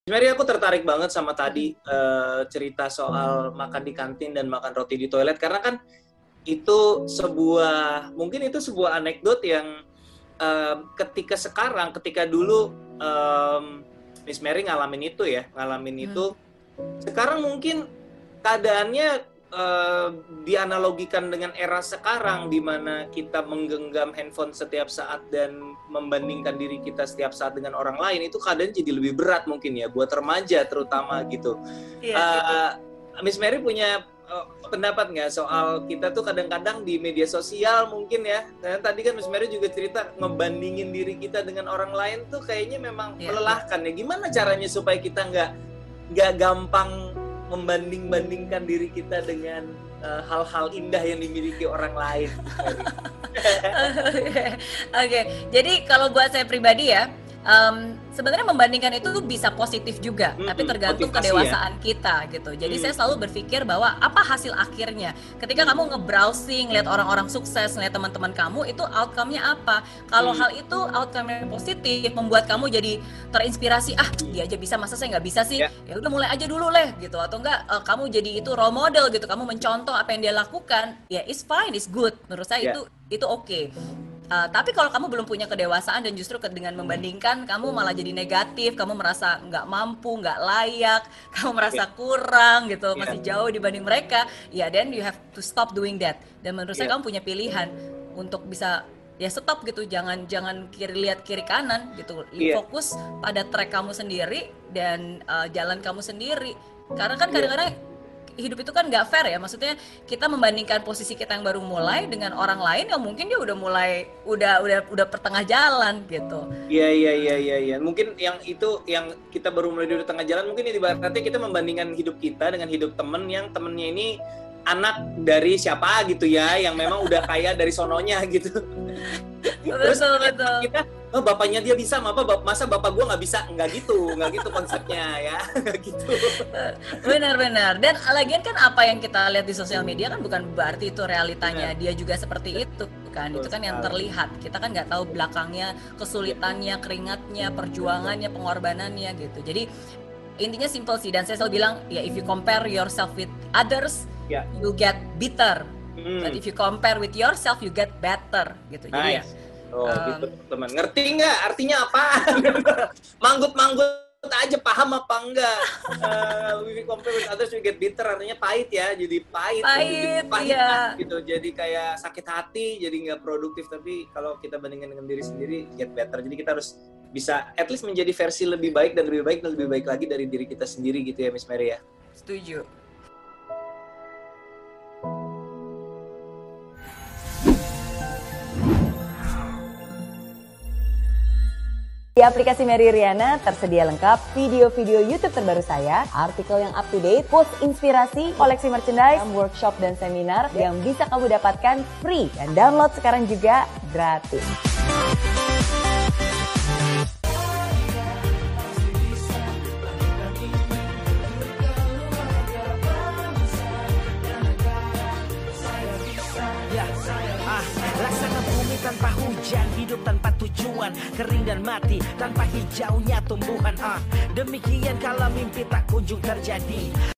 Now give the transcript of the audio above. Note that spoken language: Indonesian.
Sebenarnya aku tertarik banget sama tadi cerita soal makan di kantin dan makan roti di toilet, karena kan itu mungkin itu sebuah anekdot yang ketika dulu Miss Mary ngalamin itu, sekarang mungkin keadaannya dianalogikan dengan era sekarang di mana kita menggenggam handphone setiap saat dan membandingkan diri kita setiap saat dengan orang lain, itu keadaan jadi lebih berat mungkin ya buat remaja terutama gitu. Miss Mary punya pendapat nggak soal kita tuh kadang-kadang di media sosial mungkin ya, dan tadi kan Miss Mary juga cerita ngebandingin diri kita dengan orang lain tuh kayaknya memang melelahkan ya. Gimana caranya supaya kita nggak gampang membanding-bandingkan diri kita dengan hal-hal indah yang dimiliki orang lain? Oke. Jadi kalau buat saya pribadi ya, sebenarnya membandingkan itu bisa positif juga, tapi tergantung kedewasaan kita gitu. Jadi saya selalu berpikir bahwa apa hasil akhirnya ketika kamu nge-browsing, lihat orang-orang sukses, lihat teman-teman kamu, itu outcome-nya apa. Kalau hal itu outcome-nya positif, membuat kamu jadi terinspirasi, dia aja bisa, masa saya nggak bisa sih, ya udah mulai aja dulu gitu. Atau enggak, kamu jadi itu role model gitu, kamu mencontoh apa yang dia lakukan, ya it's fine, it's good. Menurut saya itu oke. Tapi kalau kamu belum punya kedewasaan dan justru dengan membandingkan kamu malah jadi negatif, kamu merasa nggak mampu, nggak layak, kamu merasa kurang gitu, masih jauh dibanding mereka, ya then you have to stop doing that. Dan menurut saya kamu punya pilihan untuk bisa ya stop gitu, jangan lihat kiri kanan gitu, fokus pada track kamu sendiri dan jalan kamu sendiri. Karena kan kadang-kadang hidup itu kan nggak fair ya, maksudnya kita membandingkan posisi kita yang baru mulai dengan orang lain yang mungkin dia udah mulai udah pertengah jalan gitu. Iya. Mungkin yang kita baru mulai di tengah jalan, mungkin ini berarti kita membandingkan hidup kita dengan hidup temen yang temennya ini anak dari siapa gitu ya, yang memang udah kaya dari sononya gitu. Terus betul. Kita, bapaknya dia bisa, masa bapak gue nggak bisa? Nggak gitu konsepnya ya, nggak gitu. Benar. Dan lagian kan apa yang kita lihat di sosial media kan bukan berarti itu realitanya dia juga seperti itu kan. Itu kan yang terlihat. Kita kan nggak tahu belakangnya, kesulitannya, keringatnya, perjuangannya, pengorbanannya gitu. Jadi intinya simple sih, dan saya selalu bilang ya, if you compare yourself with others, you get bitter. But if you compare with yourself, you get better gitu. Jadi gitu teman. Ngerti nggak artinya apa? Manggut-manggut aja, paham apa enggak? If you compare with others, you get bitter, artinya pahit ya, jadi pahit ya. Gitu. Jadi kayak sakit hati, jadi nggak produktif. Tapi kalau kita bandingkan dengan diri sendiri, get better. Jadi kita harus bisa at least menjadi versi lebih baik dan lebih baik lagi dari diri kita sendiri gitu ya, Miss Mary ya. Setuju. Di aplikasi Mary Riana tersedia lengkap video-video YouTube terbaru saya, artikel yang up to date, post inspirasi, koleksi merchandise, workshop dan seminar yang bisa kamu dapatkan free, dan download sekarang juga gratis. Laksana bumi tanpa hujan, hidup tanpa tujuan, kering dan mati tanpa hijaunya tumbuhan. Demikian kalau mimpi tak kunjung terjadi.